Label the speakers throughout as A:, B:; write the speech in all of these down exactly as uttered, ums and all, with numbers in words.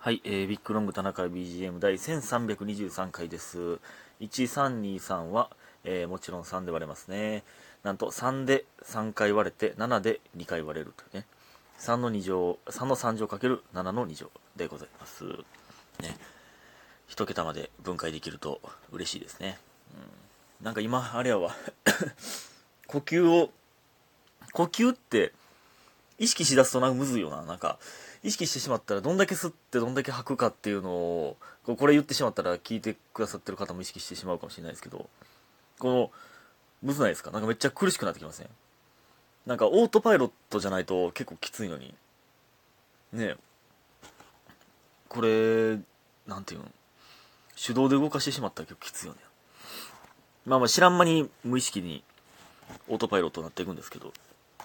A: はい、えー、ビッグロング田中 ビージーエム 第せんさんびゃくにじゅうさんかいです。いちさんにさんは、えー、もちろんさんで割れますね。なんとさんでさんかい割れてななでにかい割れるというね。さんのに乗、さんのさん乗かけるななのに乗でございます。ね。一桁まで分解できると嬉しいですね。うん、なんか今、あれやわ。呼吸を、呼吸って意識しだすとなんかむずいよな。なんか、意識してしまったらどんだけ吸ってどんだけ吐くかっていうのを、これ言ってしまったら聞いてくださってる方も意識してしまうかもしれないですけど、この、むずないですか？なんかめっちゃ苦しくなってきません？なんかオートパイロットじゃないと結構きついのに。ねえ。これ、なんていうの？手動で動かしてしまったら結構きついよね。まあまあ知らん間に無意識にオートパイロットになっていくんですけど。ね。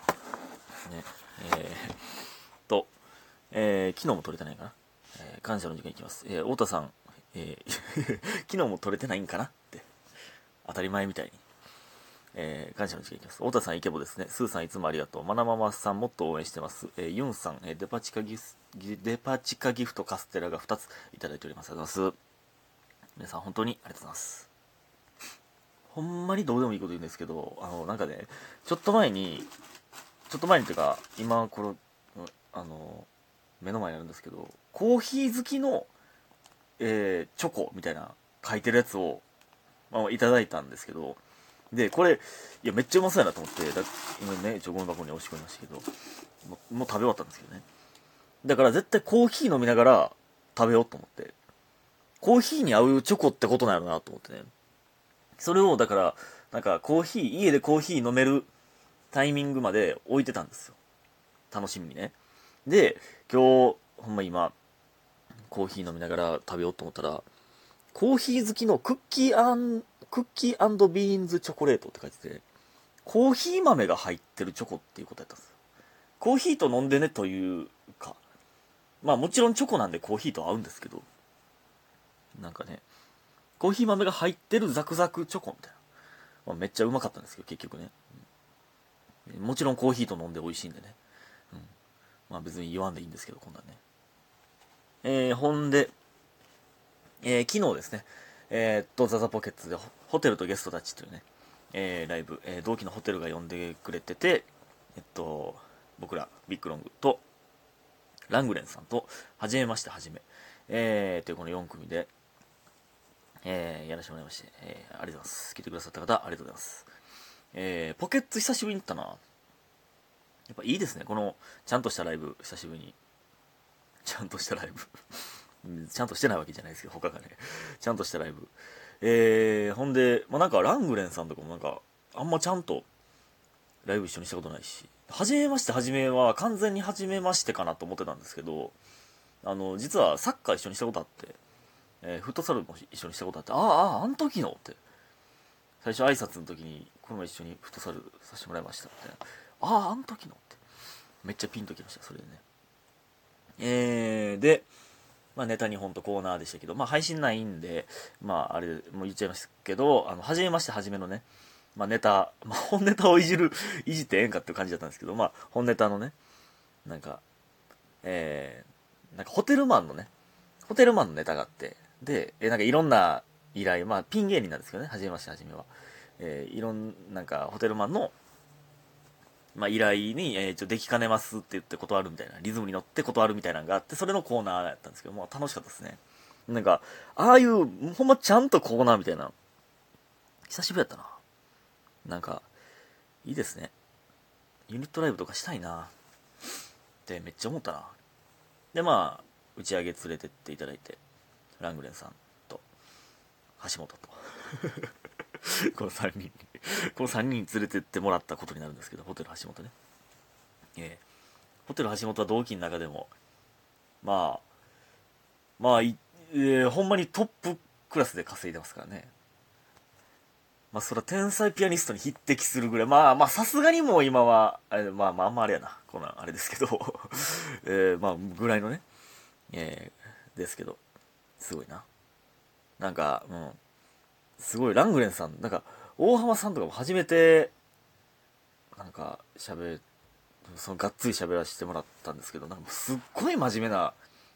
A: えー、と、えー、昨日も撮れてないかな。えー、感謝の時間いきます。えー、太田さん、えー、昨日も撮れてないんかなって。当たり前みたいに。えー、感謝の時間いきます。太田さん、イケボですね。スーさん、いつもありがとう。まなままさん、もっと応援してます。えー、ユンさん、えー、デパ地下ギフデパ地下ギフトカステラがふたついただいております。ありがとうございます。皆さん、本当にありがとうございます。ほんまにどうでもいいこと言うんですけど、あの、なんかね、ちょっと前に、ちょっと前にというか、今、この、あの、目の前にあるんですけど、コーヒー好きの、えー、チョコみたいな書いてるやつを、まあ、いただいたんですけど、で、これ、いや、めっちゃうまそうやなと思って、だ今ね、一応ゴミ箱に押し込みましたけど、もうもう食べ終わったんですけどね。だから絶対コーヒー飲みながら食べようと思って、コーヒーに合うチョコってことなんやろなと思ってね。それを、だから、なんかコーヒー、家でコーヒー飲めるタイミングまで置いてたんですよ。楽しみにね。で、今日、ほんま今、コーヒー飲みながら食べようと思ったら、コーヒー好きのクッキーアン、クッキービーンズチョコレートって書いてて、コーヒー豆が入ってるチョコっていうことやったんですよ。コーヒーと飲んでねというか、まあもちろんチョコなんでコーヒーと合うんですけど、なんかね、コーヒー豆が入ってるザクザクチョコみたいな。まあ、めっちゃうまかったんですけど、結局ね。うん、もちろんコーヒーと飲んで美味しいんでね。うん、まあ別に言わんでいいんですけど、こんなんね。えー、ほんで、えー、昨日ですね、えー、っと、ザザポケッツでホテルとゲストたちというね、えー、ライブ、えー、同期のホテルが呼んでくれてて、えっと、僕ら、ビッグロングと、ラングレンさんと、はじめまして、はじめ、えー、というこのよん組で、えー、やらせてもらいまして、えー、ありがとうございます。来てくださった方、ありがとうございます。えー、ポケッツ久しぶりに行ったな。やっぱいいですね、この、ちゃんとしたライブ、久しぶりに。ちゃんとしたライブ。ちゃんとしてないわけじゃないですけど、他がね。ちゃんとしたライブ。えー、ほんで、まあ、なんか、ラングレンさんとかもなんか、あんまちゃんと、ライブ一緒にしたことないし、はじめまして、はじめは完全にはじめましてかなと思ってたんですけど、あの、実はサッカー一緒にしたことあって、えー、フットサルも一緒にしたことあって、ああ、ああ、あの時のって。最初挨拶の時に、この前一緒にフットサルさせてもらいました、みたいな。ああ、あの時のって。めっちゃピンときました、それでね。えー、で、まあ、ネタにほんとコーナーでしたけど、まあ、配信ないんで、まあ、あれ、もう言っちゃいますけど、あの、はじめまして、はじめのね、まあ、ネタ、まあ、本ネタをいじる、いじってええんかっていう感じだったんですけど、まあ、本ネタのね、なんか、えー、なんかホテルマンのね、ホテルマンのネタがあって、で、えー、なんかいろんな依頼、まあ、ピン芸人なんですけどね、はじめまして、はじめは。えー、いろん、なんか、ホテルマンの、まあ、依頼に、えー、ちょ、できかねますって言って断るみたいな、リズムに乗って断るみたいなのがあって、それのコーナーやったんですけど、まあ、楽しかったですね。なんか、ああいう、ほんまちゃんとコーナーみたいな、久しぶりやったな。なんか、いいですね。ユニットライブとかしたいなってめっちゃ思ったな。で、まあ、打ち上げ連れてっていただいて、ラングレンさんと、橋本と、このさんにん、このさんにん連れてってもらったことになるんですけど、ホテル橋本ね。えー、ホテル橋本は同期の中でも、まあ、まあ、いえー、ほんまにトップクラスで稼いでますからね。まあ、それは天才ピアニストに匹敵するぐらい。まあ、まあ、さすがにもう今は、あれまあまあ、あんまあれやな。こんなんあれですけど、えー、まあ、ぐらいのね、えー、ですけど、すごいな。なんか、うん、すごい、ラングレンさん、なんか、大浜さんとかも初めて、なんか、喋、そのがっつり喋らせてもらったんですけど、なんかすっごい真面目な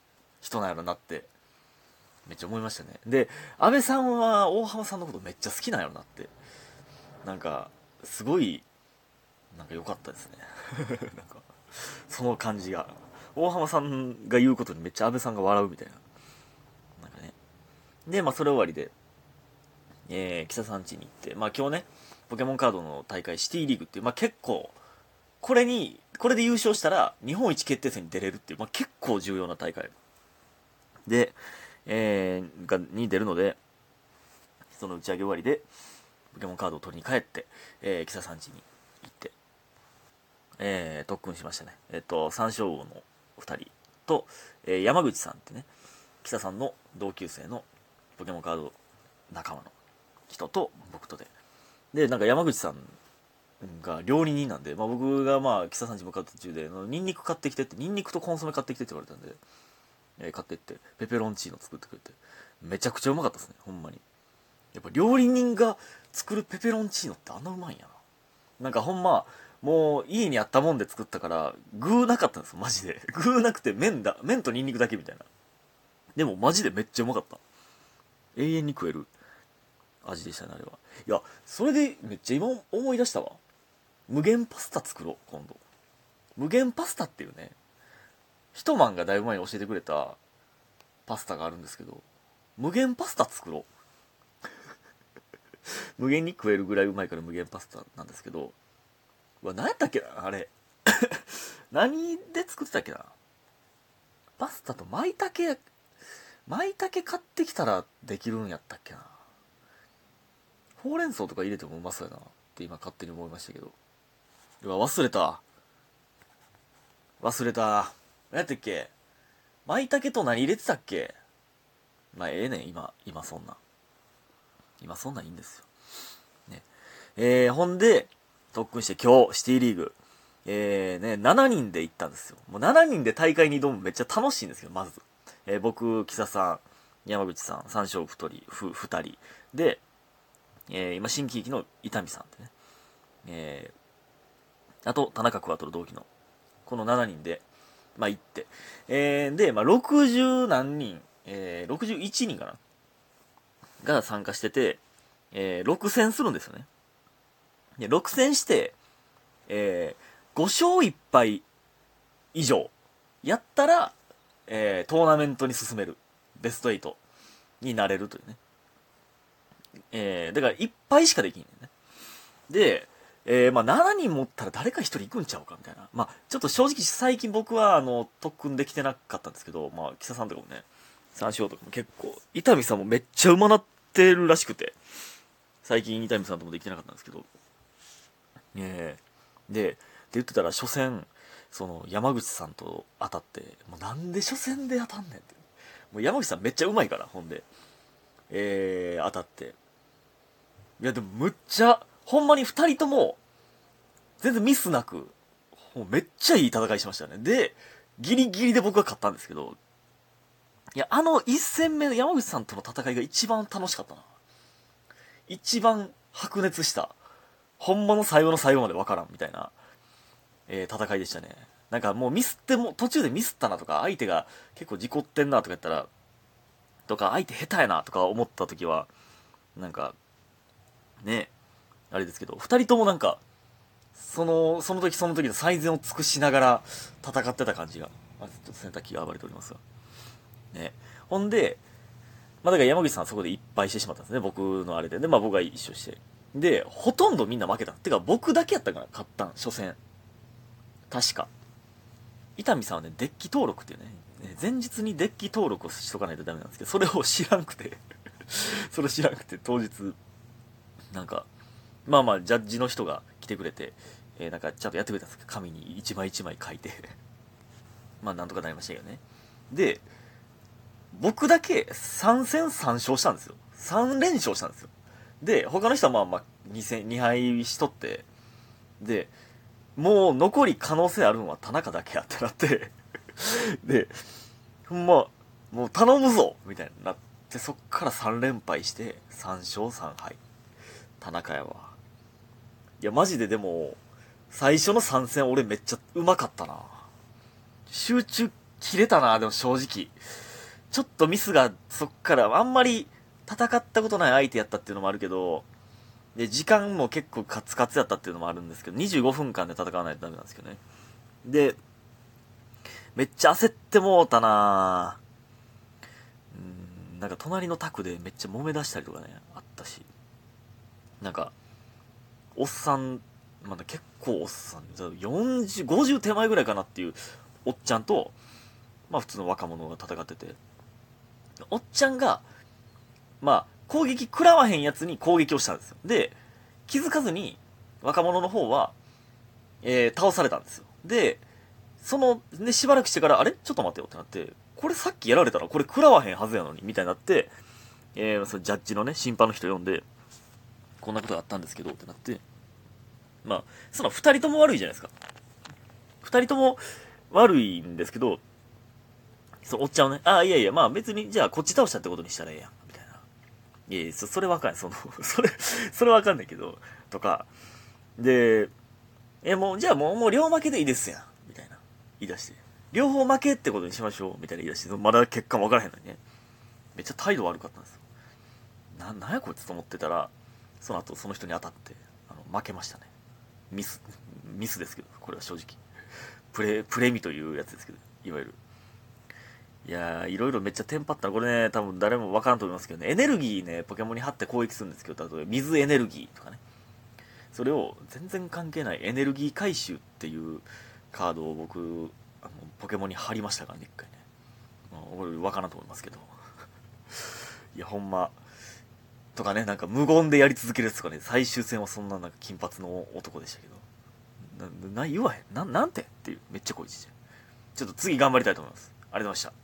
A: 人なんやろなってめっちゃ思いましたね。で安倍さんは大浜さんのことめっちゃ好きなんやろなって、なんかすごいなんか良かったですねなんかその感じが、大浜さんが言うことにめっちゃ安倍さんが笑うみたいな、なんかね。でまあそれ終わりで、えー、北さん家に行って、まあ今日ねポケモンカードの大会シティリーグっていう、まあ結構これにこれで優勝したら日本一決定戦に出れるっていう、まあ結構重要な大会で、えー、がに出るので、その打ち上げ終わりでポケモンカードを取りに帰って、えー、北さん家に行って、えー、特訓しましたね。えっ、と三勝王のふたりと、えー、山口さんってね、北さんの同級生のポケモンカード仲間の人と僕とで、でなんか山口さんが料理人なんで、まあ、僕がまあ北さん家向かう途中でニンニク買ってきてって、ニンニクとコンソメ買ってきてって言われたんで、えー、買ってってペペロンチーノ作ってくれて、めちゃくちゃうまかったですね、ほんまに。やっぱ料理人が作るペペロンチーノってあんなうまいんやな。なんかほんまもう家にあったもんで作ったから具なかったんですよ、マジで。具なくて麺だ、麺とニンニクだけみたいな。でもマジでめっちゃうまかった。永遠に食える味でしたね、あれは。いやそれでめっちゃ今思い出したわ。無限パスタ作ろう今度。無限パスタっていうね、ヒトマンがだいぶ前に教えてくれたパスタがあるんですけど、無限パスタ作ろう無限に食えるぐらいうまいから無限パスタなんですけど、うわ何やったっけなあれ何で作ってたっけな。パスタと舞茸舞茸買ってきたらできるんやったっけな。ほうれん草とか入れてもうまそうやなって今勝手に思いましたけど、うわ忘れた忘れた何やったっけ。舞茸と何入れてたっけ。まあええねん、今今そんな今そんなんいいんですよね。えー、ほんで特訓して今日シティリーグ、えーね、しちにんで行ったんですよ。もうしちにんで大会に挑むめっちゃ楽しいんですけど、まず、えー、僕、木佐さん、山口さん、三勝ふたり、ふたりで、えー、今新喜劇の伊丹さんってね、えー、あと田中桑との同期のこのしちにんでまあ行って、えー、で、まあ、ろくじゅう何人、えー、ろくじゅういちにんかなが参加してて、えー、ろく戦するんですよね。でろく戦して、えー、ご勝いっ敗以上やったら、えー、トーナメントに進めるベストはちになれるというね。えー、だからいっ敗しかできんねんね。で、えー、まあしちにん持ったら誰かひとり行くんちゃうかみたいな。まあちょっと正直最近僕はあの特訓できてなかったんですけど、まあ木佐さんとかもね、三勝とかも結構伊丹さんもめっちゃうまなってるらしくて、最近伊丹さんともできてなかったんですけど、えー、でで言ってたら初戦その山口さんと当たって、もうなんで初戦で当たんねんって、もう山口さんめっちゃうまいから、ほんでえー、当たって、いやでもむっちゃほんまにふたりとも全然ミスなく、もうめっちゃいい戦いしましたね。でギリギリで僕が勝ったんですけど、いやあのいち戦目の山口さんとの戦いが一番楽しかったな。一番白熱した、ほんまの最後の最後までわからんみたいな、えー、戦いでしたね。なんかもうミスっても途中でミスったなとか、相手が結構事故ってんなとか言ったらとか、相手下手やなとか思った時はなんかねあれですけど、ふたりともなんかそのその時その時の最善を尽くしながら戦ってた感じが、あ、ちょっと洗濯機が暴れておりますがね。ほんでまあだから山口さんはそこでいっ敗してしまったんですね、僕のあれで。でまあ僕が一勝して、でほとんどみんな負けた。てか僕だけやったから勝ったん、初戦確か。伊丹さんはねデッキ登録っていうね、前日にデッキ登録をしとかないとダメなんですけど、それを知らんくてそれ知らんくて当日なんかまあまあジャッジの人が来てくれて、えー、なんかちゃんとやってくれたんですけど、紙に一枚一枚書いてまあなんとかなりましたけどね。で僕だけさん戦さん勝したんですよ。さん連勝したんですよ。で他の人はまあまあに戦に敗しとって、でもう残り可能性あるのは田中だけやってなってでほんまもう頼むぞみたいになって、そっからさん連敗してさん勝さん敗、田中やわ。いやマジででも最初のさん戦俺めっちゃうまかったな。集中切れたな。でも正直ちょっとミスがそっからあんまり戦ったことない相手やったっていうのもあるけど、で、時間も結構カツカツやったっていうのもあるんですけど、にじゅうごふんかんで戦わないとダメなんですけどね。で、めっちゃ焦ってもうたなぁ。うん、なんか隣の卓でめっちゃ揉め出したりとかね、あったし。なんか、おっさん、まだ結構おっさん、よんじゅう、ごじゅう手前ぐらいかなっていうおっちゃんと、まあ普通の若者が戦ってて、おっちゃんが、まあ、攻撃食らわへんやつに攻撃をしたんですよ。で、気づかずに、若者の方は、えー、倒されたんですよ。で、その、ね、しばらくしてから、あれちょっと待ってよってなって、これさっきやられたら、これ食らわへんはずやのに、みたいになって、えー、そのジャッジのね、審判の人呼んで、こんなことがあったんですけど、ってなって、まあ、その二人とも悪いじゃないですか。二人とも悪いんですけど、そう、おっちゃんをね、ああ、いやいや、まあ別に、じゃあこっち倒したってことにしたらええやん、みたいな。いやいや、そそれわかんない。その、それ、それわかんないけど、とか、で、え、もう、じゃあもう、もう両負けでいいですやん、みたいな。言い出して。両方負けってことにしましょう、みたいな言い出して、まだ結果もわからへんのにね。めっちゃ態度悪かったんですよ。な、なんやこいつと思ってたら、その後その人に当たって、あの、負けましたね。ミス、ミスですけど、これは正直。プレ、プレミというやつですけど、いわゆる。いやー、いろいろめっちゃテンパったら、これね、多分誰もわからんと思いますけどね、エネルギーね、ポケモンに貼って攻撃するんですけど、例えば水エネルギーとかね。それを全然関係ないエネルギー回収っていうカードを僕、あのポケモンに貼りましたからね、一回ね。まあ、これわからんと思いますけど。いや、ほんま。とかね、なんか無言でやり続けるやつとかね、最終戦はそんななんか金髪の男でしたけど。な、な、言わへん。な、なんてっていう、めっちゃこいちじゃん。ちょっと次頑張りたいと思います。ありがとうございました。